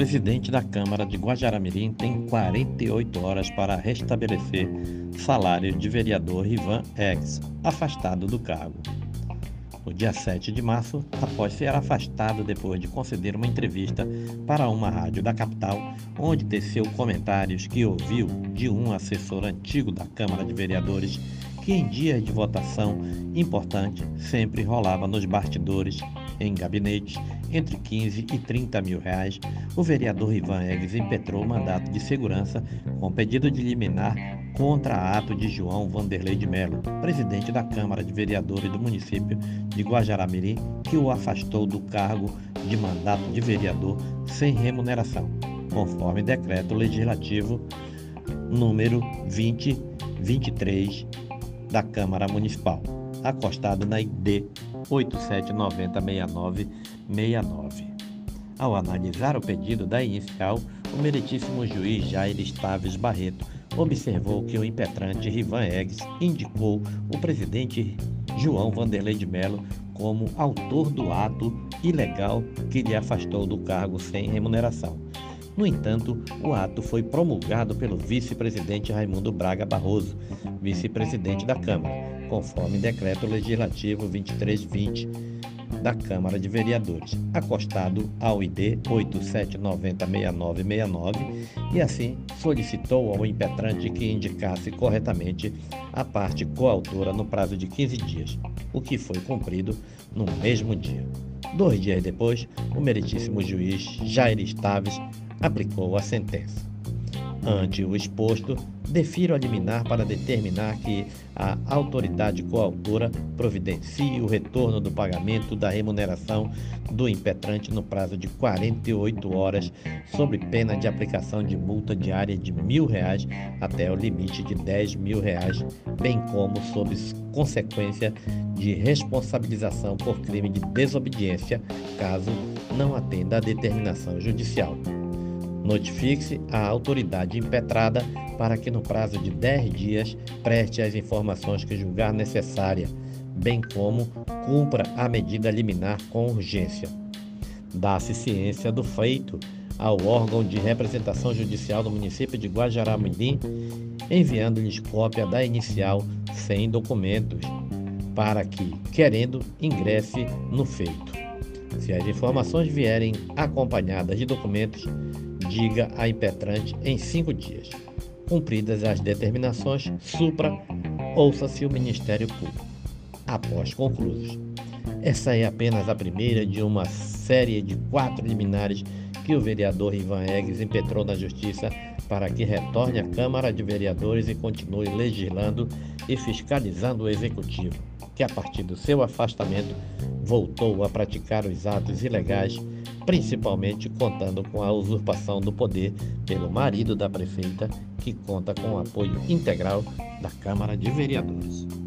presidente da Câmara de Guajará-Mirim tem 48 horas para restabelecer salário de vereador Rivan Eggs, afastado do cargo. No dia 7 de março, após ser afastado depois de conceder uma entrevista para uma rádio da capital, onde teceu comentários que ouviu de um assessor antigo da Câmara de Vereadores, que em dias de votação importante sempre rolava nos bastidores, em gabinetes, entre 15 e 30 mil reais, o vereador Rivan Eggs impetrou mandato de segurança com pedido de liminar contra ato de João Vanderlei de Melo, presidente da Câmara de Vereadores do município de Guajará-Mirim, que o afastou do cargo de mandato de vereador sem remuneração, conforme decreto legislativo número 2023 da Câmara Municipal, acostado na ID 87906969. Ao analisar o pedido da inicial, o meritíssimo juiz Jair Estaves Barreto observou que o impetrante Rivan Eggs indicou o presidente João Vanderlei de Melo como autor do ato ilegal que lhe afastou do cargo sem remuneração. No entanto, o ato foi promulgado pelo vice-presidente Raimundo Braga Barroso, vice-presidente da Câmara, conforme decreto legislativo 2320 da Câmara de Vereadores, acostado ao ID 87906969, e assim solicitou ao impetrante que indicasse corretamente a parte coautora no prazo de 15 dias, o que foi cumprido no mesmo dia. 2 dias depois, o meritíssimo juiz Jair Estaves aplicou a sentença. Ante o exposto, defiro a liminar para determinar que a autoridade coautora providencie o retorno do pagamento da remuneração do impetrante no prazo de 48 horas, sob pena de aplicação de multa diária de R$ 1.000 até o limite de R$ 10.000, bem como sob consequência de responsabilização por crime de desobediência, caso não atenda à determinação judicial. Notifique-se a autoridade impetrada para que no prazo de 10 dias preste as informações que julgar necessária, bem como cumpra a medida liminar com urgência. Dá-se ciência do feito ao órgão de representação judicial do município de Guajará-Mirim, enviando-lhes cópia da inicial sem documentos, para que, querendo, ingresse no feito. Se as informações vierem acompanhadas de documentos, diga a impetrante em 5 dias. Cumpridas as determinações, supra, ouça-se o Ministério Público. Após conclusos. Essa é apenas a primeira de uma série de 4 liminares que o vereador Rivan Eggs impetrou na Justiça para que retorne à Câmara de Vereadores e continue legislando e fiscalizando o Executivo, que a partir do seu afastamento voltou a praticar os atos ilegais, principalmente contando com a usurpação do poder pelo marido da prefeita, que conta com o apoio integral da Câmara de Vereadores.